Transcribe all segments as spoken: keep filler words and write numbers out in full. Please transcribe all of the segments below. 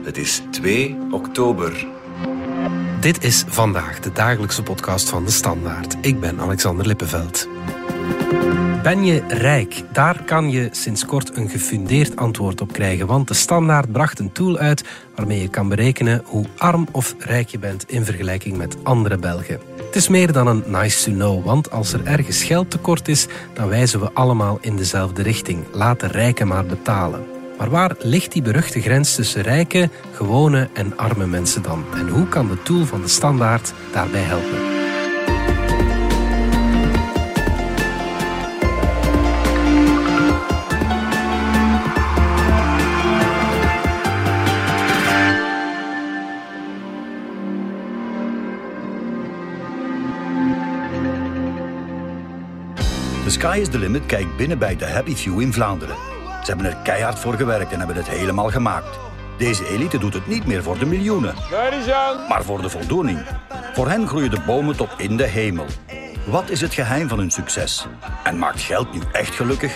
Het is twee oktober. Dit is Vandaag, de dagelijkse podcast van De Standaard. Ik ben Alexander Lippenveld. Ben je rijk? Daar kan je sinds kort een gefundeerd antwoord op krijgen, want De Standaard bracht een tool uit waarmee je kan berekenen hoe arm of rijk je bent in vergelijking met andere Belgen. Het is meer dan een nice to know, want als er ergens geld tekort is, dan wijzen we allemaal in dezelfde richting. Laat de rijken maar betalen. Maar waar ligt die beruchte grens tussen rijke, gewone en arme mensen dan? En hoe kan de tool van De Standaard daarbij helpen? The Sky is the Limit kijkt binnen bij The Happy Few in Vlaanderen. Ze hebben er keihard voor gewerkt en hebben het helemaal gemaakt. Deze elite doet het niet meer voor de miljoenen, maar voor de voldoening. Voor hen groeien de bomen tot in de hemel. Wat is het geheim van hun succes? En maakt geld nu echt gelukkig?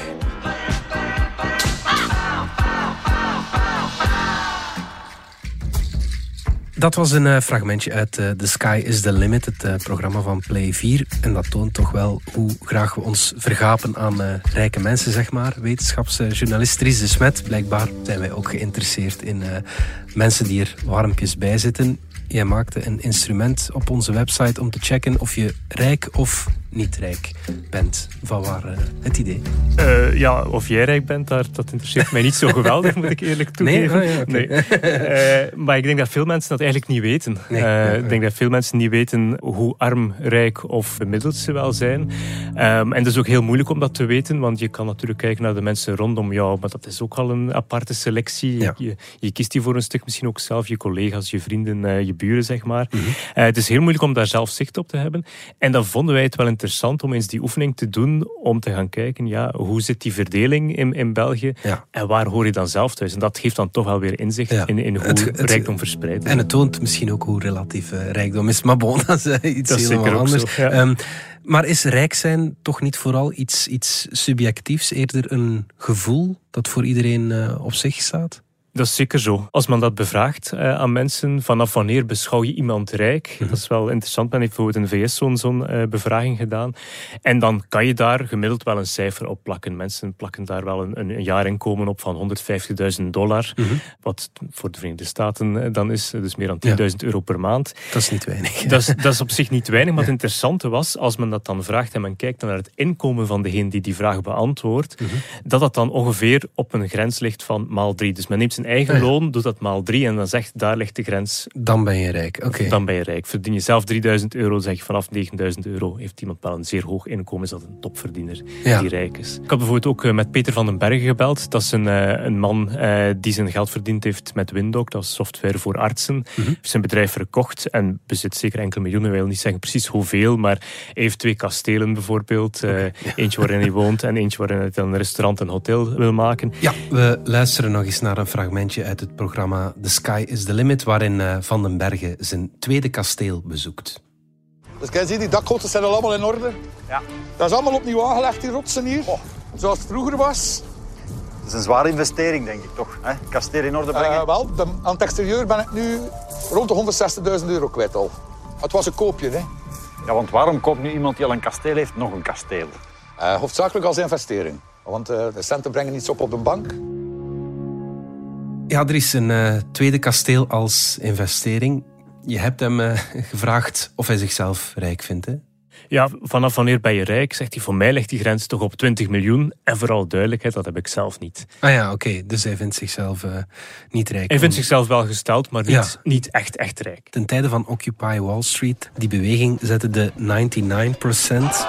Dat was een uh, fragmentje uit uh, The Sky is the Limit, het uh, programma van Play vier. En dat toont toch wel hoe graag we ons vergapen aan uh, rijke mensen, zeg maar. Wetenschapsjournalist Dries de Smet. Blijkbaar zijn wij ook geïnteresseerd in uh, mensen die er warmpjes bij zitten. Jij maakte een instrument op onze website om te checken of je rijk of niet rijk bent. Van waar uh, het idee? Uh, ja, of jij rijk bent, daar, dat interesseert mij niet zo geweldig, moet ik eerlijk toegeven. Nee? Oh, ja, okay. nee. Uh, maar ik denk dat veel mensen dat eigenlijk niet weten. Nee, uh, ja, ja. Ik denk dat veel mensen niet weten hoe arm, rijk of bemiddeld ze wel zijn. Um, en het is ook heel moeilijk om dat te weten, want je kan natuurlijk kijken naar de mensen rondom jou, maar dat is ook al een aparte selectie. Ja. Je, je kiest die voor een stuk misschien ook zelf, je collega's, je vrienden, uh, je buren, zeg maar. Mm-hmm. Uh, het is heel moeilijk om daar zelf zicht op te hebben. En dan vonden wij het wel interessant om eens die oefening te doen, om te gaan kijken, ja, hoe zit die verdeling in, in België Ja. en waar hoor je dan zelf thuis? En dat geeft dan toch wel weer inzicht Ja. in, in hoe Het- het- rijkdom verspreid is. En het toont misschien ook hoe relatief uh, rijkdom is. Maar bon, dat is uh, iets Dat is helemaal zeker ook anders. zo, ja. Um, maar is rijk zijn toch niet vooral iets, iets subjectiefs, eerder een gevoel dat voor iedereen uh, op zich staat? Dat is zeker zo. Als men dat bevraagt uh, aan mensen, vanaf wanneer beschouw je iemand rijk? Mm-hmm. Dat is wel interessant. Men heeft bijvoorbeeld in de V S zo'n, zo'n uh, bevraging gedaan. En dan kan je daar gemiddeld wel een cijfer op plakken. Mensen plakken daar wel een, een jaarinkomen op van honderdvijftigduizend dollar. Mm-hmm. Wat voor de Verenigde Staten uh, dan is, dus meer dan tienduizend euro per maand. Dat is niet weinig. Dat is, dat is op zich niet weinig, maar het interessante was, als men dat dan vraagt en men kijkt naar het inkomen van degene die die vraag beantwoordt, Mm-hmm. dat dat dan ongeveer op een grens ligt van maal drie. Dus men neemt zijn eigen Ah, ja. loon, doet dat maal drie en dan zegt, daar ligt de grens, Dan ben je rijk. Oké. dan ben je rijk. Verdien je zelf drieduizend euro, zeg je vanaf negenduizend euro heeft iemand wel een zeer hoog inkomen, is dat een topverdiener Ja. die rijk is. Ik had bijvoorbeeld ook uh, met Peter van den Bergen gebeld. Dat is een, uh, een man uh, die zijn geld verdiend heeft met Windoc, dat is software voor artsen. Mm-hmm. Heeft zijn bedrijf verkocht en bezit zeker enkele miljoenen. Ik wil niet zeggen precies hoeveel, maar hij heeft twee kastelen bijvoorbeeld. Uh, Okay. Eentje waarin hij woont en eentje waarin hij een restaurant en hotel wil maken. Ja, we luisteren nog eens naar een fragmentje uit het programma The Sky is the Limit, waarin uh, Van den Bergen zijn tweede kasteel bezoekt. Dus kijk, zie, die dakgoten zijn al allemaal in orde. Ja. Dat is allemaal opnieuw aangelegd, die rotsen hier. Oh. Zoals het vroeger was. Dat is een zware investering, denk ik toch? Hè? Kasteel in orde brengen. Uh, wel, de, aan het exterieur ben ik nu rond de honderdzestigduizend euro kwijt al. Het was een koopje, hè. Ja, want waarom koopt nu iemand die al een kasteel heeft nog een kasteel? Uh, hoofdzakelijk als investering. Want uh, de centen brengen niets op op de bank. Ja, er is een uh, tweede kasteel als investering. Je hebt hem uh, gevraagd of hij zichzelf rijk vindt, hè? Ja, vanaf wanneer ben je rijk? Zegt hij, voor mij ligt die grens toch op twintig miljoen. En vooral duidelijkheid, dat heb ik zelf niet. Ah ja, oké. Okay. Dus hij vindt zichzelf uh, niet rijk. Hij vindt zichzelf wel gesteld, maar niet, Ja. niet echt, echt rijk. Ten tijde van Occupy Wall Street, die beweging zette de negenennegentig procent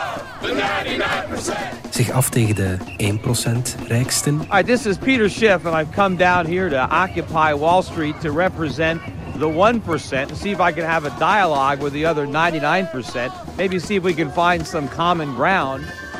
zich af tegen de één procent rijksten. All right, this is Peter Schiff, and I've come down here to Occupy Wall Street to represent the one percent and see if I can have a dialogue with the other ninety-nine percent. Maybe see if we can find some common ground.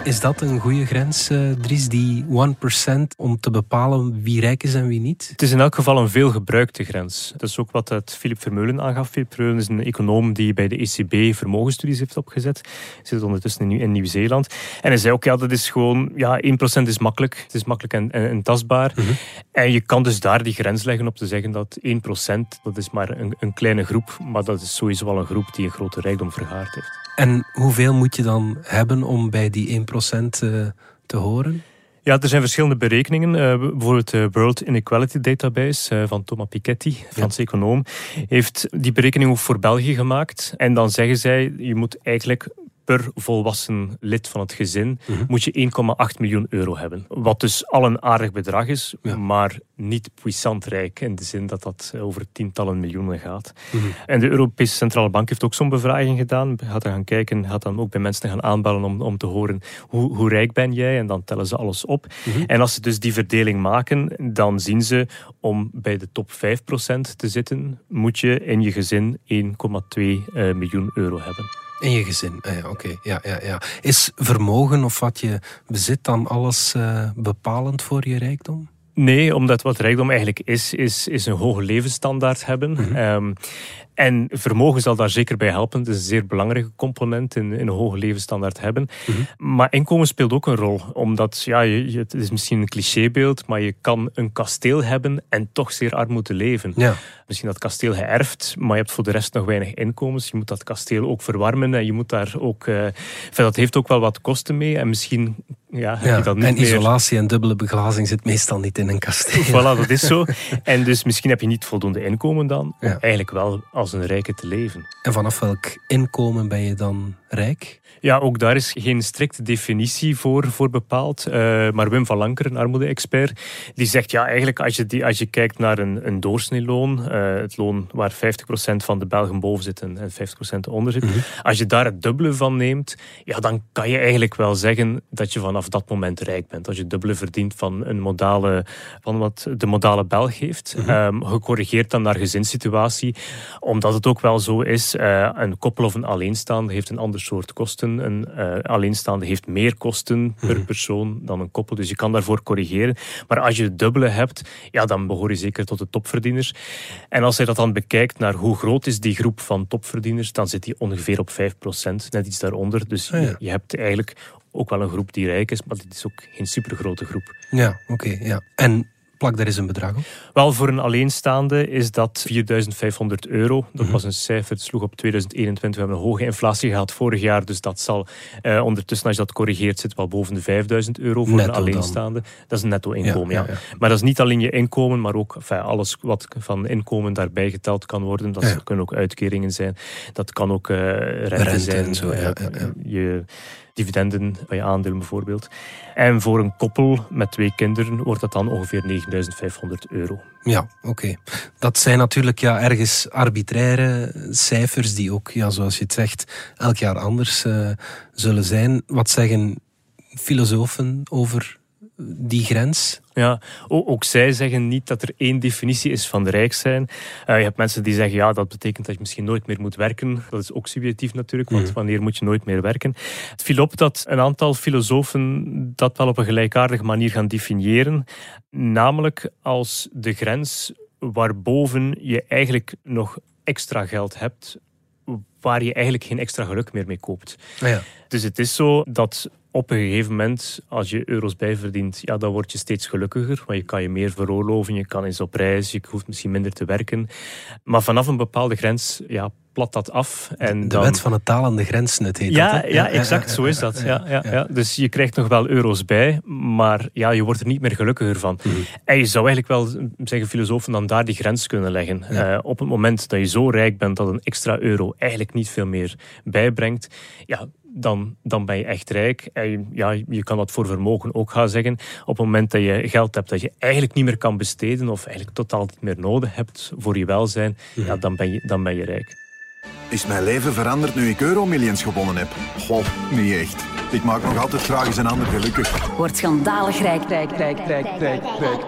Is dat een goede grens, uh, Dries, die één procent om te bepalen wie rijk is en wie niet? Het is in elk geval een veel gebruikte grens. Dat is ook wat het Philip Vermeulen aangaf. Philip Vermeulen is een econoom die bij de E C B vermogensstudies heeft opgezet. Hij zit ondertussen in Nieuw-Zeeland. En hij zei ook, ja, dat is gewoon, ja, één procent is makkelijk. Het is makkelijk en, en, en tastbaar. Mm-hmm. En je kan dus daar die grens leggen op te zeggen dat één procent, dat is maar een, een kleine groep, maar dat is sowieso wel een groep die een grote rijkdom vergaard heeft. En hoeveel moet je dan hebben om bij die één procent uh, te horen? Ja, er zijn verschillende berekeningen. Uh, bijvoorbeeld de World Inequality Database uh, van Thomas Piketty, Frans ja. econoom, heeft die berekening ook voor België gemaakt. En dan zeggen zij, je moet eigenlijk per volwassen lid van het gezin mm-hmm. moet je één komma acht miljoen euro hebben. Wat dus al een aardig bedrag is, ja. maar niet puissant rijk. In de zin dat dat over tientallen miljoenen gaat. Mm-hmm. En de Europese Centrale Bank heeft ook zo'n bevraging gedaan. Gaat dan gaan kijken, gaat dan ook bij mensen gaan aanbellen om, om te horen hoe, hoe rijk ben jij? En dan tellen ze alles op. Mm-hmm. En als ze dus die verdeling maken, dan zien ze om bij de top vijf procent te zitten, moet je in je gezin één komma twee uh, miljoen euro hebben. In je gezin, ah, ja, oké. Okay. Ja, ja, ja. Is vermogen of wat je bezit dan alles uh, bepalend voor je rijkdom? Nee, omdat wat rijkdom eigenlijk is, is, is een hoge levensstandaard hebben. Mm-hmm. Um, en vermogen zal daar zeker bij helpen. Het is een zeer belangrijke component in, in een hoge levensstandaard hebben. Mm-hmm. Maar inkomen speelt ook een rol. Omdat, ja, je, het is misschien een clichébeeld, maar je kan een kasteel hebben en toch zeer arm moeten leven. Ja. Misschien dat kasteel geërfd, maar je hebt voor de rest nog weinig inkomens. Je moet dat kasteel ook verwarmen en je moet daar ook... Uh, dat heeft ook wel wat kosten mee en misschien... Ja, heb ja, je dat niet en meer... isolatie en dubbele beglazing zit meestal niet in een kasteel. Voilà, dat is zo. En dus misschien heb je niet voldoende inkomen dan, om ja. eigenlijk wel als een rijke te leven. En vanaf welk inkomen ben je dan rijk? Ja, ook daar is geen strikte definitie voor, voor bepaald. Uh, maar Wim van Lanker, een armoede-expert, die zegt ja, eigenlijk als je, die, als je kijkt naar een, een doorsneeloon, uh, het loon waar vijftig procent van de Belgen boven zitten en vijftig procent onder zit, mm-hmm. als je daar het dubbele van neemt, ja, dan kan je eigenlijk wel zeggen dat je vanaf dat moment rijk bent. Als je het dubbele verdient van, een modale, van wat de modale Belg heeft, mm-hmm. um, gecorrigeerd dan naar gezinssituatie, omdat het ook wel zo is, uh, een koppel of een alleenstaande heeft een ander soort kosten. Een uh, alleenstaande heeft meer kosten per mm-hmm. persoon dan een koppel. Dus je kan daarvoor corrigeren. Maar als je het dubbele hebt, ja, dan behoor je zeker tot de topverdieners. En als je dat dan bekijkt naar hoe groot is die groep van topverdieners, dan zit die ongeveer op vijf procent, net iets daaronder. Dus oh ja. je, je hebt eigenlijk ook wel een groep die rijk is, maar dit is ook geen supergrote groep. Ja, oké. Okay, ja. En plak daar eens een bedrag op? Wel, voor een alleenstaande is dat vierduizend vijfhonderd euro. Dat mm-hmm. was een cijfer, het sloeg op tweeduizend eenentwintig. We hebben een hoge inflatie gehad vorig jaar, dus dat zal uh, ondertussen, als je dat corrigeert, zit wel boven de vijfduizend euro voor netto een alleenstaande. Dan. Dat is een netto inkomen, ja, ja, ja. ja. Maar dat is niet alleen je inkomen, maar ook enfin, alles wat van inkomen daarbij geteld kan worden. Dat ja. kunnen ook uitkeringen zijn. Dat kan ook uh, rente, rente zijn. En zo, ja, ja, ja. Je dividenden bij je aandelen bijvoorbeeld. En voor een koppel met twee kinderen wordt dat dan ongeveer negenduizend vijfhonderd euro. Ja, oké. Okay. Dat zijn natuurlijk ja, ergens arbitraire cijfers die ook, ja, zoals je het zegt, elk jaar anders uh, zullen zijn. Wat zeggen filosofen over die grens? Ja, ook, ook zij zeggen niet dat er één definitie is van rijk zijn. Uh, je hebt mensen die zeggen, ja, dat betekent dat je misschien nooit meer moet werken. Dat is ook subjectief natuurlijk, want mm. wanneer moet je nooit meer werken? Het viel op dat een aantal filosofen dat wel op een gelijkaardige manier gaan definiëren. Namelijk als de grens waarboven je eigenlijk nog extra geld hebt, waar je eigenlijk geen extra geluk meer mee koopt. Ah ja. Dus het is zo dat op een gegeven moment, als je euro's bijverdient, ja, dan word je steeds gelukkiger. Want je kan je meer veroorloven, je kan eens op reis, je hoeft misschien minder te werken. Maar vanaf een bepaalde grens, ja, plat dat af. En de dan... wet van het talende grensnut heet ja, dat, hè? Ja, exact, zo is dat. Ja, ja, ja. Dus je krijgt nog wel euro's bij, maar ja, je wordt er niet meer gelukkiger van. Mm-hmm. En je zou eigenlijk wel, zeggen filosofen, dan daar die grens kunnen leggen. Ja. Uh, op het moment dat je zo rijk bent dat een extra euro eigenlijk niet veel meer bijbrengt, ja, Dan, dan ben je echt rijk. En ja, je kan dat voor vermogen ook gaan zeggen. Op het moment dat je geld hebt dat je eigenlijk niet meer kan besteden of eigenlijk totaal niet meer nodig hebt voor je welzijn, mm. ja, dan, ben je, dan ben je rijk. Is mijn leven veranderd nu ik Euromillions gewonnen heb? Goh, niet echt. Ik maak nog altijd graag eens een ander gelukkig. Word schandalig rijk, rijk, rijk, rijk, rijk, rijk.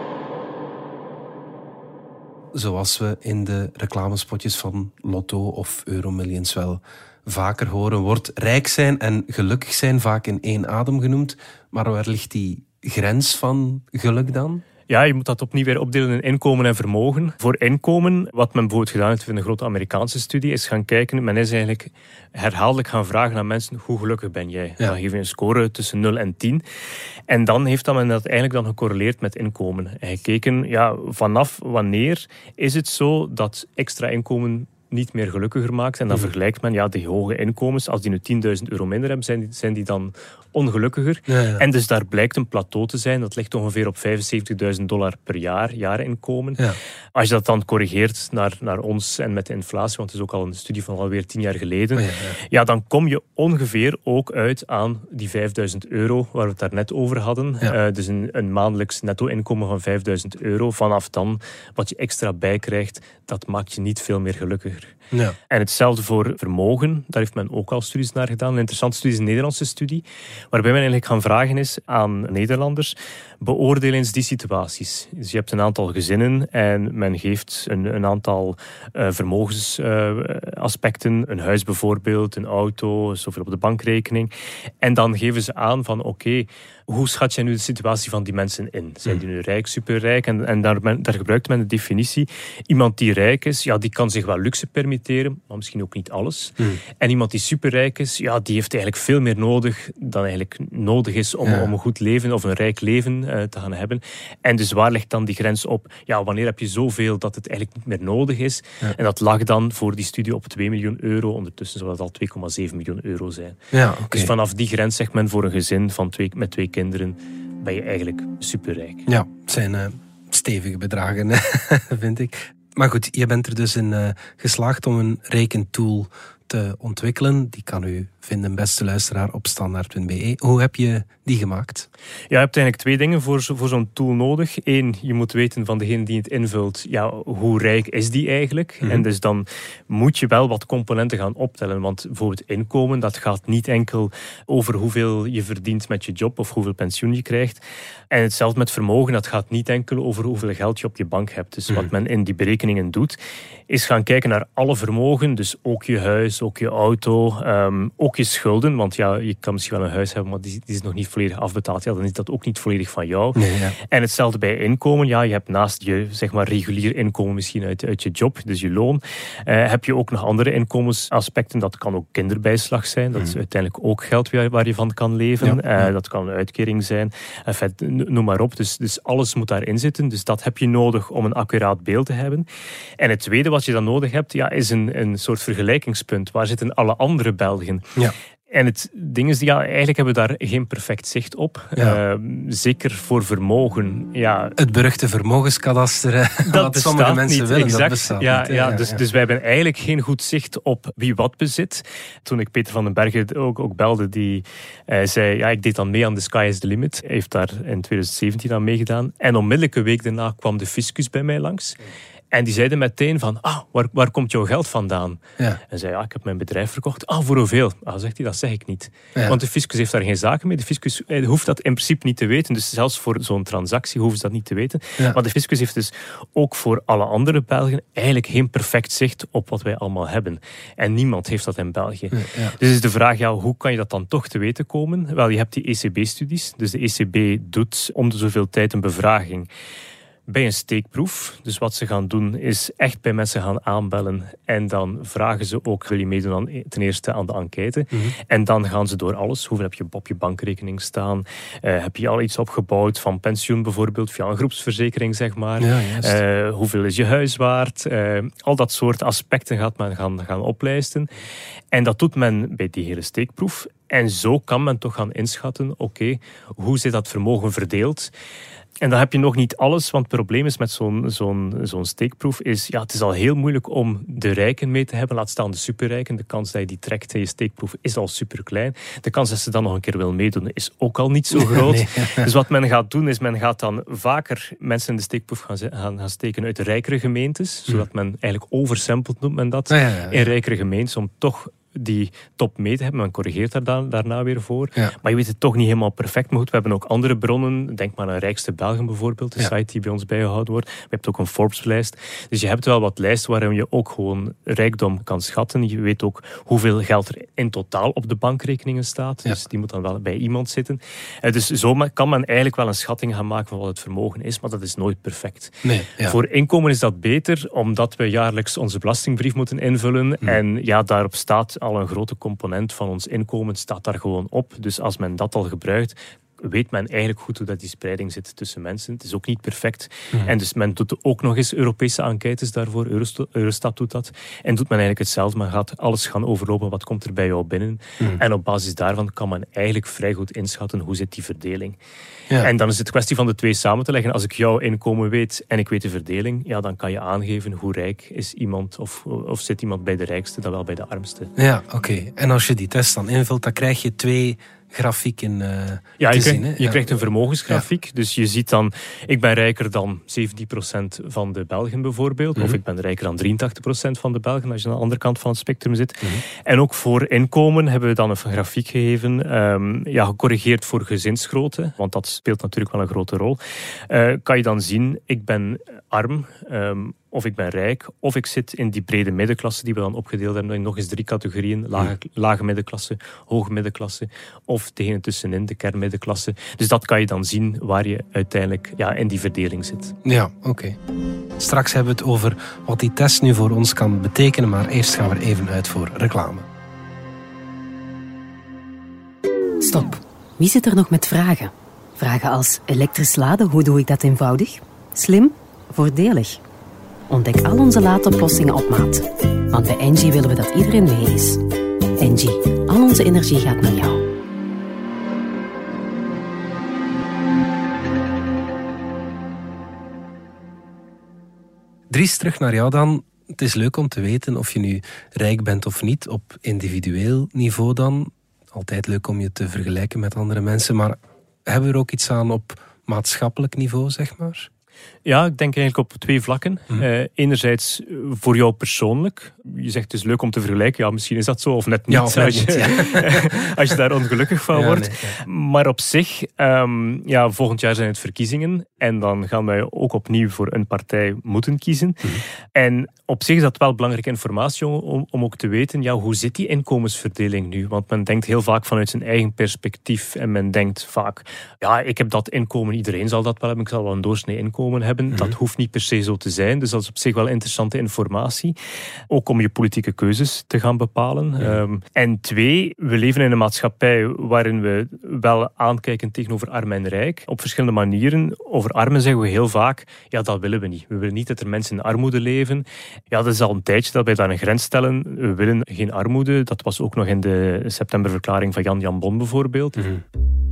Zoals we in de reclamespotjes van Lotto of Euromillions wel vaker horen, wordt rijk zijn en gelukkig zijn vaak in één adem genoemd. Maar waar ligt die grens van geluk dan? Ja, je moet dat opnieuw weer opdelen in inkomen en vermogen. Voor inkomen, wat men bijvoorbeeld gedaan heeft in een grote Amerikaanse studie, is gaan kijken, men is eigenlijk herhaaldelijk gaan vragen aan mensen, hoe gelukkig ben jij? Ja. Dan geef je een score tussen nul en tien. En dan heeft men dat eigenlijk dan gecorreleerd met inkomen. En gekeken, ja, vanaf wanneer is het zo dat extra inkomen niet meer gelukkiger maakt. En dan mm. vergelijkt men, ja, die hoge inkomens, als die nu tienduizend euro minder hebben, zijn die, zijn die dan ongelukkiger. Ja, ja. En dus daar blijkt een plateau te zijn. Dat ligt ongeveer op vijfenzeventigduizend dollar per jaar, jaarinkomen. Ja. Als je dat dan corrigeert naar, naar ons en met de inflatie, want het is ook al een studie van alweer tien jaar geleden, oh ja, ja. ja, dan kom je ongeveer ook uit aan die vijfduizend euro waar we het daar net over hadden. Ja. Uh, dus een, een maandelijks netto-inkomen van vijfduizend euro. Vanaf dan, wat je extra bijkrijgt, dat maakt je niet veel meer gelukkiger. Ja. En hetzelfde voor vermogen. Daar heeft men ook al studies naar gedaan. Een interessante studie is een Nederlandse studie, waarbij men eigenlijk gaan vragen is aan Nederlanders, beoordeel eens die situaties. Dus je hebt een aantal gezinnen en men geeft een, een aantal uh, vermogensaspecten, uh, een huis bijvoorbeeld, een auto, zoveel op de bankrekening. En dan geven ze aan van oké, okay, hoe schat jij nu de situatie van die mensen in? Zijn die nu rijk, superrijk? En, en daar, men, daar gebruikt men de definitie. Iemand die rijk is, ja, die kan zich wel luxe permitteren, maar misschien ook niet alles. Mm. En iemand die superrijk is, ja, die heeft eigenlijk veel meer nodig dan eigenlijk nodig is om, ja. om een goed leven of een rijk leven uh, te gaan hebben. En dus waar ligt dan die grens op? Ja, wanneer heb je zoveel dat het eigenlijk niet meer nodig is? Ja. En dat lag dan voor die studie op twee miljoen euro. Ondertussen zou dat al twee komma zeven miljoen euro zijn. Ja, okay. Dus vanaf die grens zegt men voor een gezin van twee, met twee kinderen ben je eigenlijk superrijk. Ja, het zijn uh, stevige bedragen, vind ik. Maar goed, je bent er dus in uh, geslaagd om een rekentool te ontwikkelen. Die kan u vinden, beste luisteraar, op standaard punt b e. Hoe heb je die gemaakt? Ja, je hebt eigenlijk twee dingen voor, zo, voor zo'n tool nodig. Eén, je moet weten van degene die het invult, ja, hoe rijk is die eigenlijk? Mm-hmm. En dus dan moet je wel wat componenten gaan optellen. Want bijvoorbeeld inkomen, dat gaat niet enkel over hoeveel je verdient met je job of hoeveel pensioen je krijgt. En hetzelfde met vermogen, dat gaat niet enkel over hoeveel geld je op je bank hebt. Dus mm-hmm. wat men in die berekeningen doet, is gaan kijken naar alle vermogen. Dus ook je huis, ook je auto, um, ook je schulden. Want ja, je kan misschien wel een huis hebben, maar die, die is nog niet volledig afbetaald. Ja, dan is dat ook niet volledig van jou. Nee, ja. En hetzelfde bij inkomen. Ja, je hebt naast je zeg maar regulier inkomen misschien uit, uit je job, dus je loon, uh, heb je ook nog andere inkomensaspecten. Dat kan ook kinderbijslag zijn. Dat is mm. uiteindelijk ook geld waar, waar je van kan leven. Ja, ja. Uh, dat kan een uitkering zijn. Enfin, noem maar op. Dus, dus alles moet daarin zitten. Dus dat heb je nodig om een accuraat beeld te hebben. En het tweede wat je dan nodig hebt, ja, is een, een soort vergelijkingspunt. Waar zitten alle andere Belgen? Ja. En het ding is, ja, eigenlijk hebben we daar geen perfect zicht op. Ja. Uh, zeker voor vermogen. Ja. Het beruchte vermogenskadaster, dat wat sommige mensen niet, willen, exact. dat bestaat ja, niet. Ja, ja, dus, ja. dus wij hebben eigenlijk geen goed zicht op wie wat bezit. Toen ik Peter van den Bergen ook, ook belde, die uh, zei, ja, ik deed dan mee aan The Sky is the Limit. Hij heeft daar in twintig zeventien aan meegedaan. En onmiddellijk een week daarna kwam de fiscus bij mij langs. En die zeiden meteen van, ah, waar, waar komt jouw geld vandaan? Ja. En zei, ja, ik heb mijn bedrijf verkocht. Ah, voor hoeveel? Ah, zegt hij, dat zeg ik niet. Ja. Want de fiscus heeft daar geen zaken mee. De fiscus hoeft dat in principe niet te weten. Dus zelfs voor zo'n transactie hoeven ze dat niet te weten. Ja. Maar de fiscus heeft dus ook voor alle andere Belgen eigenlijk geen perfect zicht op wat wij allemaal hebben. En niemand heeft dat in België. Ja, ja. Dus is de vraag, ja, hoe kan je dat dan toch te weten komen? Wel, je hebt die E C B-studies. Dus de E C B doet om de zoveel tijd een bevraging bij een steekproef. Dus wat ze gaan doen is echt bij mensen gaan aanbellen en dan vragen ze ook, wil je meedoen aan, ten eerste aan de enquête. Mm-hmm. En dan gaan ze door alles. Hoeveel heb je op je bankrekening staan? Uh, heb je al iets opgebouwd van pensioen bijvoorbeeld, via een groepsverzekering zeg maar. Ja, uh, hoeveel is je huis waard? Uh, al dat soort aspecten gaat men gaan, gaan oplijsten. En dat doet men bij die hele steekproef. En zo kan men toch gaan inschatten, oké, okay, hoe zit dat vermogen verdeeld? En dan heb je nog niet alles, want het probleem is met zo'n, zo'n, zo'n steekproef is, ja, het is al heel moeilijk om de rijken mee te hebben, laat staan de superrijken. De kans dat je die trekt in je steekproef is al superklein. De kans dat ze dan nog een keer wil meedoen is ook al niet zo groot. Nee. Dus wat men gaat doen is, men gaat dan vaker mensen in de steekproef gaan, gaan, gaan steken uit de rijkere gemeentes, zodat men eigenlijk oversampled noemt men dat, ja, ja, ja. in rijkere gemeentes, om toch die top mee te hebben. Men corrigeert daar dan, daarna weer voor. Ja. Maar je weet het toch niet helemaal perfect. Maar goed, we hebben ook andere bronnen. Denk maar aan Rijkste Belgen bijvoorbeeld. De ja. site die bij ons bijgehouden wordt. Je hebt ook een Forbes-lijst. Dus je hebt wel wat lijsten waarin je ook gewoon rijkdom kan schatten. Je weet ook hoeveel geld er in totaal op de bankrekeningen staat. Ja. Dus die moet dan wel bij iemand zitten. Dus zo kan men eigenlijk wel een schatting gaan maken van wat het vermogen is. Maar dat is nooit perfect. Nee, ja. Voor inkomen is dat beter, omdat we jaarlijks onze belastingbrief moeten invullen. Hmm. En ja, daarop staat al een grote component van ons inkomen staat daar gewoon op. Dus als men dat al gebruikt, weet men eigenlijk goed hoe dat die spreiding zit tussen mensen. Het is ook niet perfect. Mm. En dus men doet ook nog eens Europese enquêtes daarvoor. Eurostat, Eurostat doet dat. En doet men eigenlijk hetzelfde. Men gaat alles gaan overlopen. Wat komt er bij jou binnen? Mm. En op basis daarvan kan men eigenlijk vrij goed inschatten hoe zit die verdeling. Ja. En dan is het kwestie van de twee samen te leggen. Als ik jouw inkomen weet en ik weet de verdeling, ja, dan kan je aangeven hoe rijk is iemand of, of zit iemand bij de rijkste dan wel bij de armste. Ja, oké. Okay. En als je die test dan invult, dan krijg je twee grafieken uh, ja, te je zien. Krijgt, je ja. krijgt een vermogensgrafiek. Ja. Dus je ziet dan, ik ben rijker dan zeventien procent van de Belgen bijvoorbeeld. Mm-hmm. Of ik ben rijker dan drieëntachtig procent van de Belgen, als je aan de andere kant van het spectrum zit. Mm-hmm. En ook voor inkomen hebben we dan een grafiek gegeven. Um, ja, gecorrigeerd voor gezinsgrootte. Want dat speelt natuurlijk wel een grote rol. Uh, kan je dan zien, ik ben arm, um, of ik ben rijk, of ik zit in die brede middenklasse die we dan opgedeeld hebben in nog eens drie categorieën. Lage, lage middenklasse, hoge middenklasse, of degene tussenin, de kernmiddenklasse. Dus dat kan je dan zien waar je uiteindelijk ja, in die verdeling zit. Ja, oké. Okay. Straks hebben we het over wat die test nu voor ons kan betekenen, maar eerst gaan we er even uit voor reclame. Stop. Wie zit er nog met vragen? Vragen als elektrisch laden, hoe doe ik dat eenvoudig? Slim? Voordelig? Ontdek al onze laadoplossingen op maat. Want bij Engie willen we dat iedereen mee is. Engie, al onze energie gaat naar jou. Dries, terug naar jou dan. Het is leuk om te weten of je nu rijk bent of niet, op individueel niveau dan. Altijd leuk om je te vergelijken met andere mensen, maar hebben we er ook iets aan op maatschappelijk niveau, zeg maar? Ja, ik denk eigenlijk op twee vlakken. Mm. Uh, enerzijds voor jou persoonlijk. Je zegt het is leuk om te vergelijken. Ja, misschien is dat zo of net niet. Ja, of net als, je, niet ja. als je daar ongelukkig van ja, wordt. Nee, ja. Maar op zich, um, ja, volgend jaar zijn het verkiezingen. En dan gaan wij ook opnieuw voor een partij moeten kiezen. Mm. En op zich is dat wel belangrijke informatie om, om ook te weten, ja, hoe zit die inkomensverdeling nu? Want men denkt heel vaak vanuit zijn eigen perspectief. En men denkt vaak, ja, ik heb dat inkomen, iedereen zal dat wel hebben. Ik zal wel een doorsnee inkomen hebben. Mm. Dat hoeft niet per se zo te zijn. Dus dat is op zich wel interessante informatie. Ook om je politieke keuzes te gaan bepalen. Ja. Um, en twee, we leven in een maatschappij waarin we wel aankijken tegenover arm en rijk. Op verschillende manieren. Over armen zeggen we heel vaak, ja, dat willen we niet. We willen niet dat er mensen in armoede leven. Ja, dat is al een tijdje dat wij daar een grens stellen. We willen geen armoede. Dat was ook nog in de septemberverklaring van Jan Jan Bon bijvoorbeeld. Mm.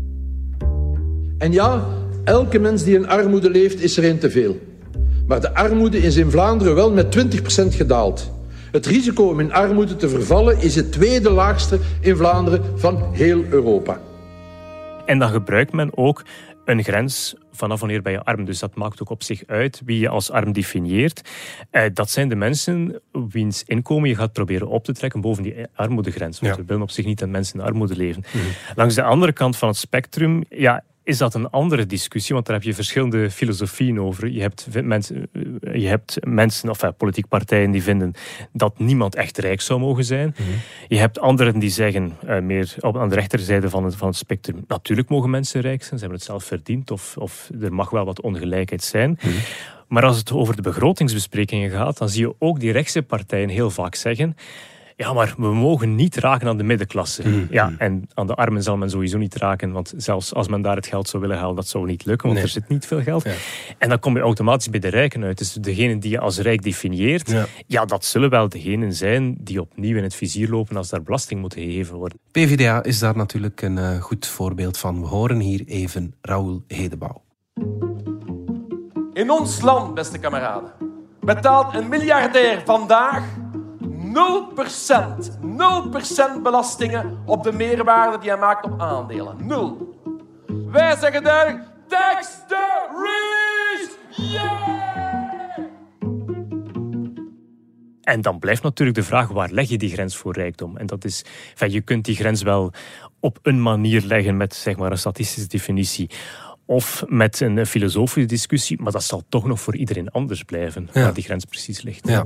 En ja, elke mens die in armoede leeft, is er één te veel. Maar de armoede is in Vlaanderen wel met twintig procent gedaald. Het risico om in armoede te vervallen is het tweede laagste in Vlaanderen van heel Europa. En dan gebruikt men ook een grens vanaf wanneer ben je arm. Dus dat maakt ook op zich uit wie je als arm definieert. Uh, dat zijn de mensen wiens inkomen je gaat proberen op te trekken boven die armoedegrens. Want ja. we willen op zich niet dat mensen in armoede leven. Mm-hmm. Langs de andere kant van het spectrum, ja, is dat een andere discussie, want daar heb je verschillende filosofieën over. Je hebt mensen, je hebt mensen of ja, politieke partijen die vinden dat niemand echt rijk zou mogen zijn. Mm-hmm. Je hebt anderen die zeggen, uh, meer op, aan de rechterzijde van het, van het spectrum, natuurlijk mogen mensen rijk zijn, ze hebben het zelf verdiend, of, of er mag wel wat ongelijkheid zijn. Mm-hmm. Maar als het over de begrotingsbesprekingen gaat, dan zie je ook die rechtse partijen heel vaak zeggen, ja, maar we mogen niet raken aan de middenklasse. Mm-hmm. Ja, en aan de armen zal men sowieso niet raken, want zelfs als men daar het geld zou willen halen, dat zou niet lukken, want nee. er zit niet veel geld. Ja. En dan kom je automatisch bij de rijken uit. Dus degene die je als rijk definieert, ja. ja, dat zullen wel degenen zijn die opnieuw in het vizier lopen als daar belasting moet gegeven worden. P v d A is daar natuurlijk een uh, goed voorbeeld van. We horen hier even Raoul Hedebouw. In ons land, beste kameraden, betaalt een miljardair vandaag nul procent, nul procent belastingen op de meerwaarde die hij maakt op aandelen. Nul. Wij zeggen duidelijk, tax the rich! Yeah! En dan blijft natuurlijk de vraag, waar leg je die grens voor rijkdom? En dat is, enfin, je kunt die grens wel op een manier leggen met zeg maar, een statistische definitie. Of met een filosofische discussie, maar dat zal toch nog voor iedereen anders blijven, ja. waar die grens precies ligt. Ja.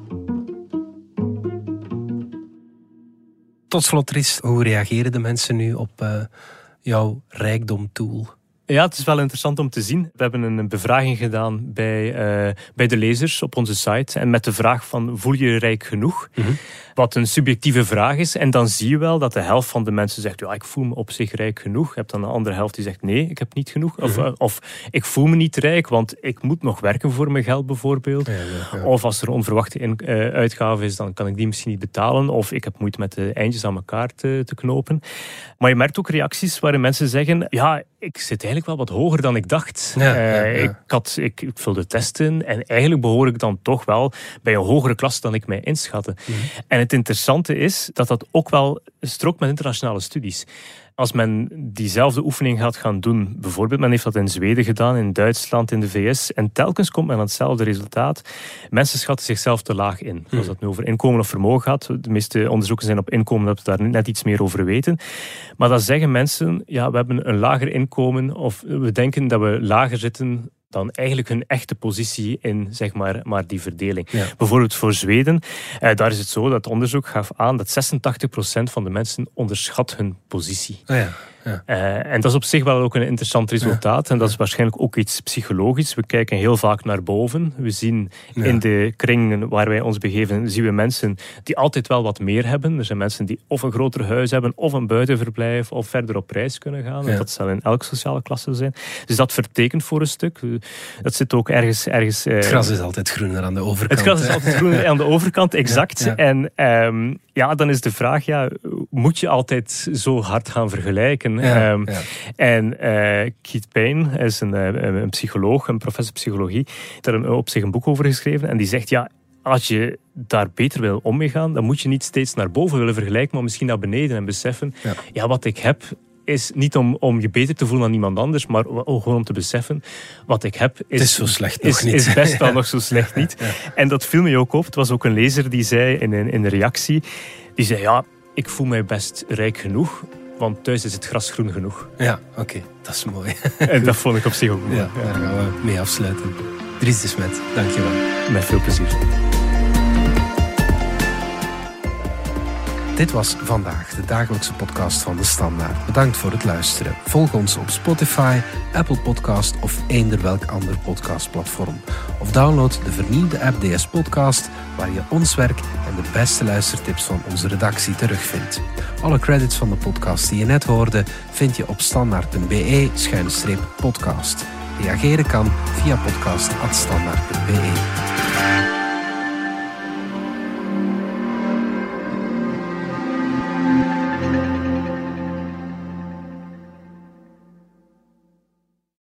Tot slot, Ries, hoe reageren de mensen nu op uh, jouw rijkdomtool? Ja, het is wel interessant om te zien. We hebben een bevraging gedaan bij, uh, bij de lezers op onze site. En met de vraag van, voel je je rijk genoeg? Mm-hmm. Wat een subjectieve vraag is. En dan zie je wel dat de helft van de mensen zegt, ja, ik voel me op zich rijk genoeg. Je hebt dan een andere helft die zegt, nee, ik heb niet genoeg. Of, mm-hmm. uh, of ik voel me niet rijk, want ik moet nog werken voor mijn geld bijvoorbeeld. Ja, ja, ja. Of als er onverwachte in, uh, uitgave is, dan kan ik die misschien niet betalen. Of ik heb moeite met de eindjes aan elkaar te, te knopen. Maar je merkt ook reacties waarin mensen zeggen, ja, ik zit eigenlijk wel wat hoger dan ik dacht. Ja, uh, ja, ja. Ik, had, ik, ik vulde testen en eigenlijk behoor ik dan toch wel bij een hogere klasse dan ik mij inschatte. Mm-hmm. En het interessante is dat dat ook wel strookt met internationale studies. Als men diezelfde oefening gaat gaan doen, bijvoorbeeld men heeft dat in Zweden gedaan, in Duitsland, in de V S, en telkens komt men aan hetzelfde resultaat. Mensen schatten zichzelf te laag in. Als dat nu over inkomen of vermogen gaat, de meeste onderzoeken zijn op inkomen, dat we daar net iets meer over weten. Maar dan zeggen mensen, ja, we hebben een lager inkomen, of we denken dat we lager zitten dan eigenlijk hun echte positie in zeg maar, maar die verdeling. Ja. Bijvoorbeeld voor Zweden, eh, daar is het zo dat het onderzoek gaf aan dat zesentachtig procent van de mensen onderschat hun positie. Oh ja. Ja. Uh, en dat is op zich wel ook een interessant resultaat. Ja. En dat is waarschijnlijk ook iets psychologisch. We kijken heel vaak naar boven. We zien ja. in de kringen waar wij ons begeven, zien we mensen die altijd wel wat meer hebben. Er zijn mensen die of een groter huis hebben, of een buitenverblijf, of verder op reis kunnen gaan. Ja. Dat zal in elke sociale klasse zijn. Dus dat vertekent voor een stuk. Dat zit ook ergens... ergens uh, het gras is altijd groener aan de overkant. Het gras is altijd groener aan de overkant, exact. Ja. Ja. En um, ja, dan is de vraag, ja, moet je altijd zo hard gaan vergelijken? Ja, um, ja. En uh, Keith Payne is een, uh, een psycholoog, een professor psychologie, die heeft er op zich een boek over geschreven. En die zegt, ja, als je daar beter wil omgaan, dan moet je niet steeds naar boven willen vergelijken, maar misschien naar beneden en beseffen, ja, ja wat ik heb is niet om, om je beter te voelen dan iemand anders, maar gewoon om te beseffen, wat ik heb is, is, zo slecht is, nog niet. is best wel nog zo slecht niet. Ja. En dat viel me ook op. Het was ook een lezer die zei in een, in een reactie, die zei, ja, ik voel mij best rijk genoeg, want thuis is het gras groen genoeg. Ja, oké. Okay. Dat is mooi. En dat vond ik op zich ook mooi. Ja, daar gaan we mee afsluiten. Dries de Smet, dankjewel. Met veel plezier. Dit was Vandaag, de dagelijkse podcast van De Standaard. Bedankt voor het luisteren. Volg ons op Spotify, Apple Podcast of eender welk ander podcastplatform. Of download de vernieuwde app D S Podcast, waar je ons werk en de beste luistertips van onze redactie terugvindt. Alle credits van de podcast die je net hoorde vind je op standaard.be schuine streep podcast. Reageren kan via podcast apenstaartstandaard punt be.